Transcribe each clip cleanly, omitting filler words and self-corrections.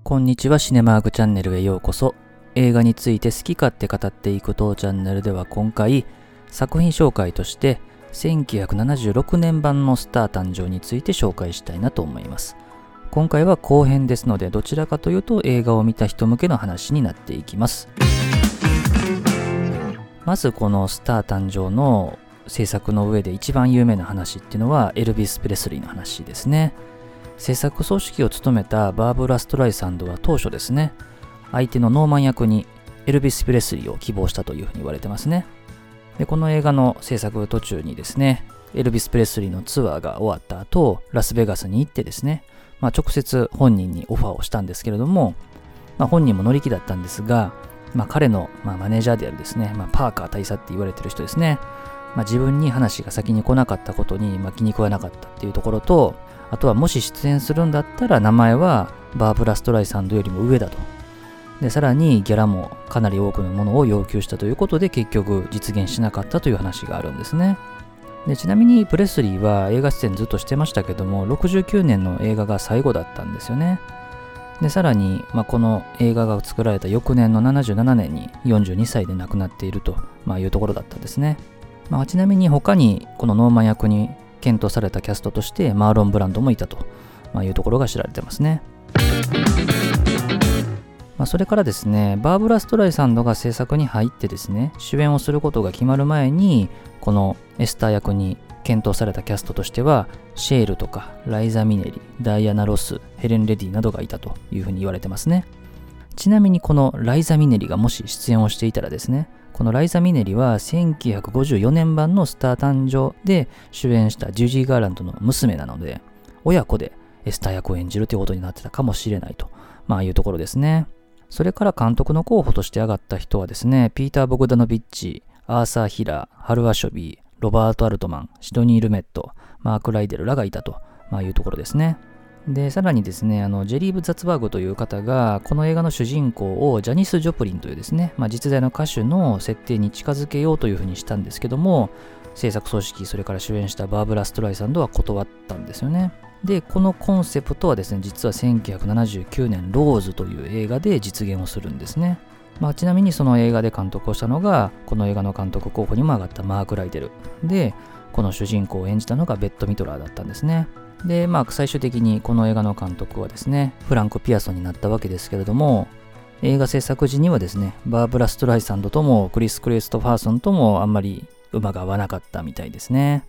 こんにちは、シネマーグチャンネルへようこそ。映画について好き勝手語っていく当チャンネルでは今回、作品紹介として1976年版のスター誕生について紹介したいなと思います。今回は後編ですので、どちらかというと映画を見た人向けの話になっていきます。まずこのスター誕生の制作の上で一番有名な話っていうのはエルビス・プレスリーの話ですね。制作総指揮を務めたバーブラ・ストライサンドは当初ですね、相手のノーマン役にエルビス・プレスリーを希望したというふうに言われてますね。で、この映画の制作途中にですね、エルビス・プレスリーのツアーが終わった後、ラスベガスに行ってですね、直接本人にオファーをしたんですけれども、本人も乗り気だったんですが、彼のマネージャーであるですね、パーカー大佐って言われてる人ですね、自分に話が先に来なかったことに気に食わなかったっていうところと、あとはもし出演するんだったら名前はバーブラ・ストライサンドよりも上だと。で、さらにギャラもかなり多くのものを要求したということで結局実現しなかったという話があるんですね。で、ちなみにプレスリーは映画出演ずっとしてましたけども、69年の映画が最後だったんですよね。で、さらに、この映画が作られた翌年の77年に42歳で亡くなっているというところだったんですね。ちなみに他にこのノーマン役に検討されたキャストとしてマーロン・ブランドもいたというところが知られてますね。それからですね、バーブラ・ストライサンドが制作に入ってですね、主演をすることが決まる前に、このエスター役に検討されたキャストとしては、シェールとかライザ・ミネリ、ダイアナ・ロス、ヘレン・レディなどがいたというふうに言われてますね。ちなみにこのライザ・ミネリがもし出演をしていたらですね、このライザ・ミネリは1954年版のスター誕生で主演したジュジー・ガーランドの娘なので、親子でエスター役を演じるということになってたかもしれないと、いうところですね。それから監督の候補として挙がった人はですね、ピーター・ボグダノビッチ、アーサー・ヒラー、ハル・アショビー、ロバート・アルトマン、シドニー・ルメット、マーク・ライデルらがいたと、いうところですね。で、さらにですね、ジェリーブ・ザツバーグという方が、この映画の主人公をジャニス・ジョプリンというですね、実在の歌手の設定に近づけようというふうにしたんですけども、制作組織、それから主演したバーブラ・ストライサンドは断ったんですよね。で、このコンセプトはですね、実は1979年、ローズという映画で実現をするんですね。ちなみにその映画で監督をしたのが、この映画の監督候補にも上がったマーク・ライデル。で、この主人公を演じたのがベッド・ミトラーだったんですね。で、最終的にこの映画の監督はですね、フランク・ピアソンになったわけですけれども、映画制作時にはですね、バーブラ・ストライサンドともクリス・クリストファーソンともあんまり馬が合わなかったみたいですね。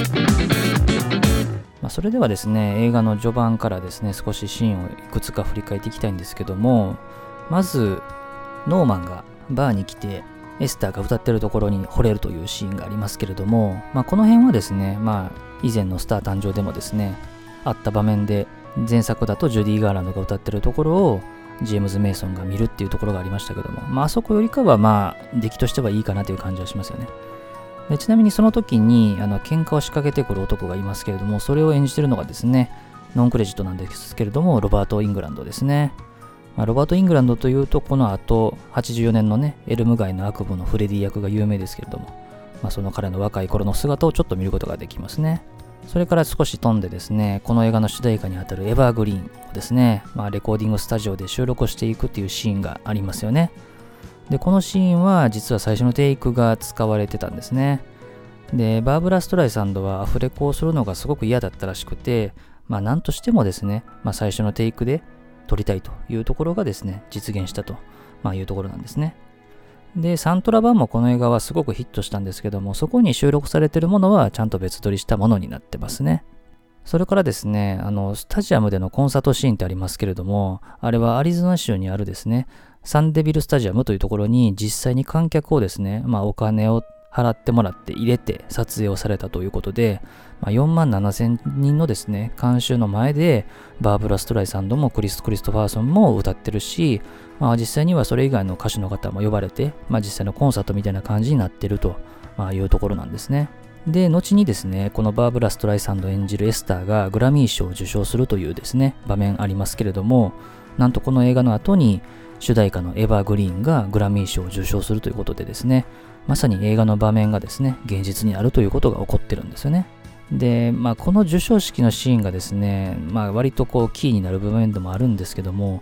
それではですね、映画の序盤からですね、少しシーンをいくつか振り返っていきたいんですけども、まず、ノーマンがバーに来て、エスターが歌ってるところに惚れるというシーンがありますけれども、この辺はですね、以前のスター誕生でもですね、あった場面で、前作だとジュディ・ガーランドが歌ってるところをジェームズ・メイソンが見るっていうところがありましたけども、あそこよりかは出来としてはいいかなという感じはしますよね。で、ちなみにその時に喧嘩を仕掛けてくる男がいますけれども、それを演じてるのがですね、ノンクレジットなんですけれども、ロバート・イングランドですね。ロバート・イングランドというと、この後、84年のね、エルム街の悪夢のフレディ役が有名ですけれども、その彼の若い頃の姿をちょっと見ることができますね。それから少し飛んでですね、この映画の主題歌にあたるエバーグリーンをですね、レコーディングスタジオで収録していくっていうシーンがありますよね。で、このシーンは実は最初のテイクが使われてたんですね。で、バーブラ・ストライサンドはアフレコをするのがすごく嫌だったらしくて、何としてもですね、最初のテイクで撮りたいというところがですね、実現したというところなんですね。で、サントラ版もこの映画はすごくヒットしたんですけども、そこに収録されているものはちゃんと別撮りしたものになってますね。それからですね、スタジアムでのコンサートシーンってありますけれども、あれはアリゾナ州にあるですね、サンデビルスタジアムというところに実際に観客をですね、お金を払ってもらって入れて撮影をされたということで、47,000人のですね、観衆の前でバーブラ・ストライサンドもクリストファーソンも歌ってるし、実際にはそれ以外の歌手の方も呼ばれて、実際のコンサートみたいな感じになってるというところなんですね。で、後にですね、このバーブラ・ストライサンド演じるエスターがグラミー賞を受賞するというですね、場面ありますけれども、なんとこの映画の後に主題歌のエバーグリーンがグラミー賞を受賞するということでですね、まさに映画の場面がですね、現実にあるということが起こってるんですよね。で、この授賞式のシーンがですね、割とキーになる部分でもあるんですけども、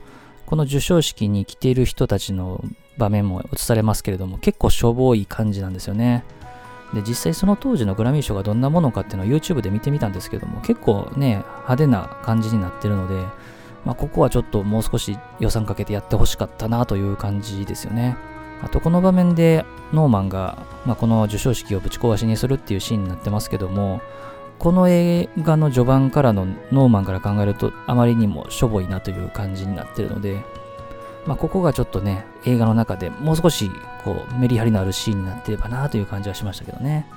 この授賞式に来ている人たちの場面も映されますけれども、結構しょぼい感じなんですよね。で、実際その当時のグラミー賞がどんなものかっていうのを YouTube で見てみたんですけども、結構ね、派手な感じになってるので、ここはちょっともう少し予算かけてやってほしかったなという感じですよね。あとこの場面でノーマンが、この授賞式をぶち壊しにするっていうシーンになってますけども、この映画の序盤からのノーマンから考えるとあまりにもしょぼいなという感じになってるので、ここがちょっとね、映画の中でもう少しメリハリのあるシーンになってればなという感じはしましたけどね。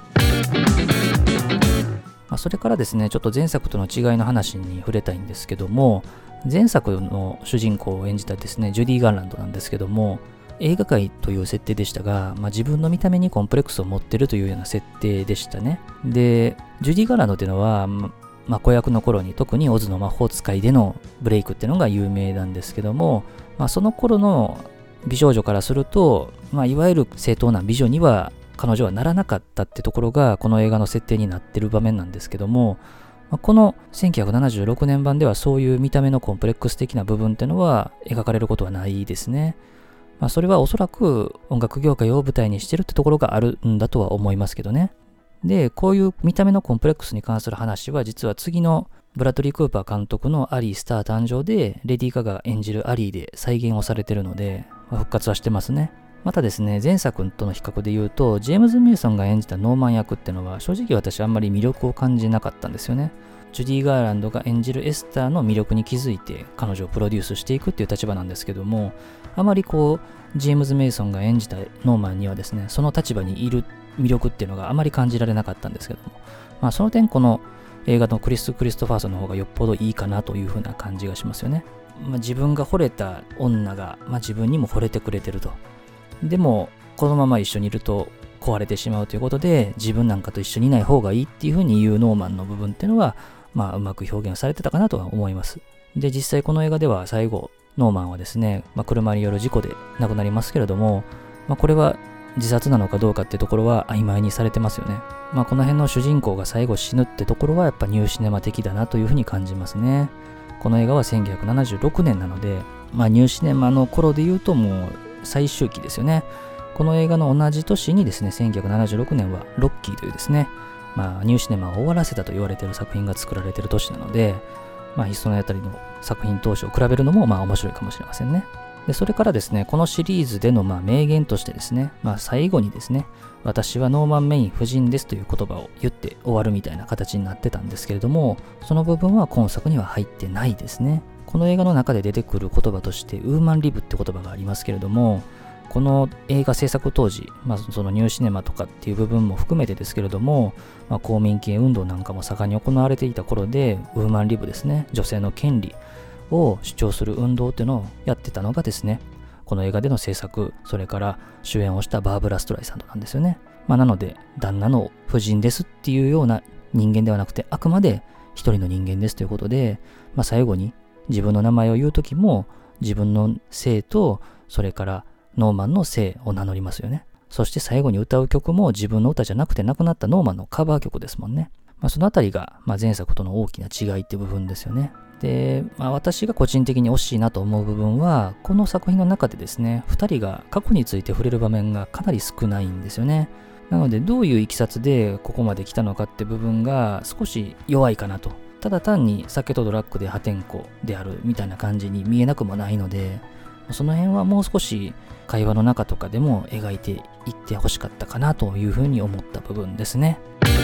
それからですね、ちょっと前作との違いの話に触れたいんですけども、前作の主人公を演じたですね、ジュディ・ガーランドなんですけども、映画界という設定でしたが、自分の見た目にコンプレックスを持ってるというような設定でしたね。で、ジュディ・ガーランドっていうのは、子役の頃に特にオズの魔法使いでのブレイクっていうのが有名なんですけども、その頃の美少女からすると、いわゆる正当な美女には彼女はならなかったってところがこの映画の設定になってる場面なんですけども、この1976年版ではそういう見た目のコンプレックス的な部分っていうのは描かれることはないですね。それはおそらく音楽業界を舞台にしてるってところがあるんだとは思いますけどね。で、こういう見た目のコンプレックスに関する話は実は次のブラッドリー・クーパー監督のアリー・スター誕生でレディー・ガガ演じるアリーで再現をされてるので、復活はしてますね。またですね、前作との比較で言うと、ジェームズ・メイソンが演じたノーマン役っていうのは正直私あんまり魅力を感じなかったんですよね。ジュディ・ガーランドが演じるエスターの魅力に気づいて彼女をプロデュースしていくっていう立場なんですけども、あまりジェームズ・メイソンが演じたノーマンにはですね、その立場にいる魅力っていうのがあまり感じられなかったんですけども、その点この映画のクリストファーソンの方がよっぽどいいかなという風な感じがしますよね。自分が惚れた女が、自分にも惚れてくれてると。でもこのまま一緒にいると壊れてしまうということで、自分なんかと一緒にいない方がいいっていう風に言うノーマンの部分っていうのはうまく表現されてたかなとは思います。で、実際この映画では最後ノーマンはですね、車による事故で亡くなりますけれども、これは自殺なのかどうかっていうところは曖昧にされてますよね。この辺の主人公が最後死ぬってところはやっぱニューシネマ的だなというふうに感じますね。この映画は1976年なので、ニューシネマの頃で言うともう最終期ですよね。この映画の同じ年にですね、1976年はロッキーというですね、ニューシネマを終わらせたと言われている作品が作られている年なので、そのあたりの作品当初を比べるのも面白いかもしれませんね。で、それからですね、このシリーズでの名言としてですね、最後にですね、私はノーマン・メイン夫人ですという言葉を言って終わるみたいな形になってたんですけれども、その部分は今作には入ってないですね。この映画の中で出てくる言葉として、ウーマンリブって言葉がありますけれども、この映画制作当時、そのニューシネマとかっていう部分も含めてですけれども、公民権運動なんかも盛んに行われていた頃で、ウーマンリブですね、女性の権利を主張する運動っていうのをやってたのがですね、この映画での制作、それから主演をしたバーブラ・ストライサンドなんですよね。なので、旦那の夫人ですっていうような人間ではなくて、あくまで一人の人間ですということで、最後に自分の名前を言うときも、自分の姓と、それからノーマンの姓を名乗りますよね。そして最後に歌う曲も自分の歌じゃなくて亡くなったノーマンのカバー曲ですもんね。そのあたりが、前作との大きな違いって部分ですよね。で、私が個人的に惜しいなと思う部分は、この作品の中でですね、2人が過去について触れる場面がかなり少ないんですよね。なので、どういういきさつでここまで来たのかって部分が少し弱いかなと。ただ単に酒とドラッグで破天荒であるみたいな感じに見えなくもないので、その辺はもう少し会話の中とかでも描いていってほしかったかなというふうに思った部分ですね。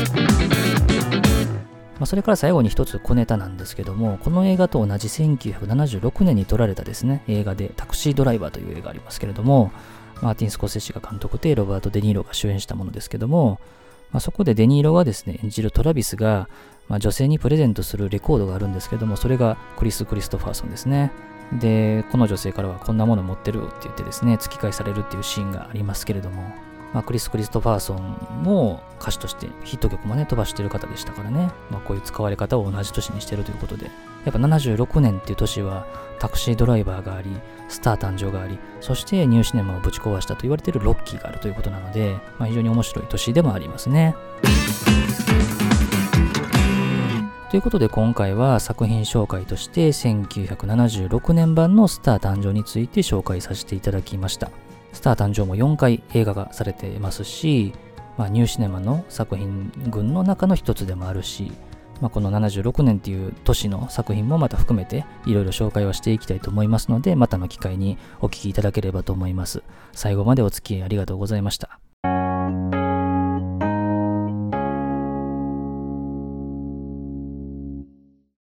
それから最後に一つ小ネタなんですけども、この映画と同じ1976年に撮られたですね、映画でタクシードライバーという映画ありますけれども、マーティン・スコセッシが監督でロバート・デ・ニーロが主演したものですけども、そこでデ・ニーロがですね、演じるトラビスが、女性にプレゼントするレコードがあるんですけども、それがクリストファーソンですね。で、この女性からはこんなもの持ってるって言ってですね、突き返されるっていうシーンがありますけれども、クリストファーソンも歌手としてヒット曲もね飛ばしてる方でしたからね、こういう使われ方を同じ年にしてるということで、やっぱ76年っていう年はタクシードライバーがあり、スター誕生があり、そしてニューシネマをぶち壊したと言われているロッキーがあるということなので、非常に面白い年でもありますね。とということで今回は作品紹介として1976年版のスター誕生について紹介させていただきました。スター誕生も4回映画化されていますし、ニューシネマの作品群の中の一つでもあるし、この76年っていう年の作品もまた含めていろいろ紹介はしていきたいと思いますので、またの機会にお聞きいただければと思います。最後までお付き合いありがとうございました。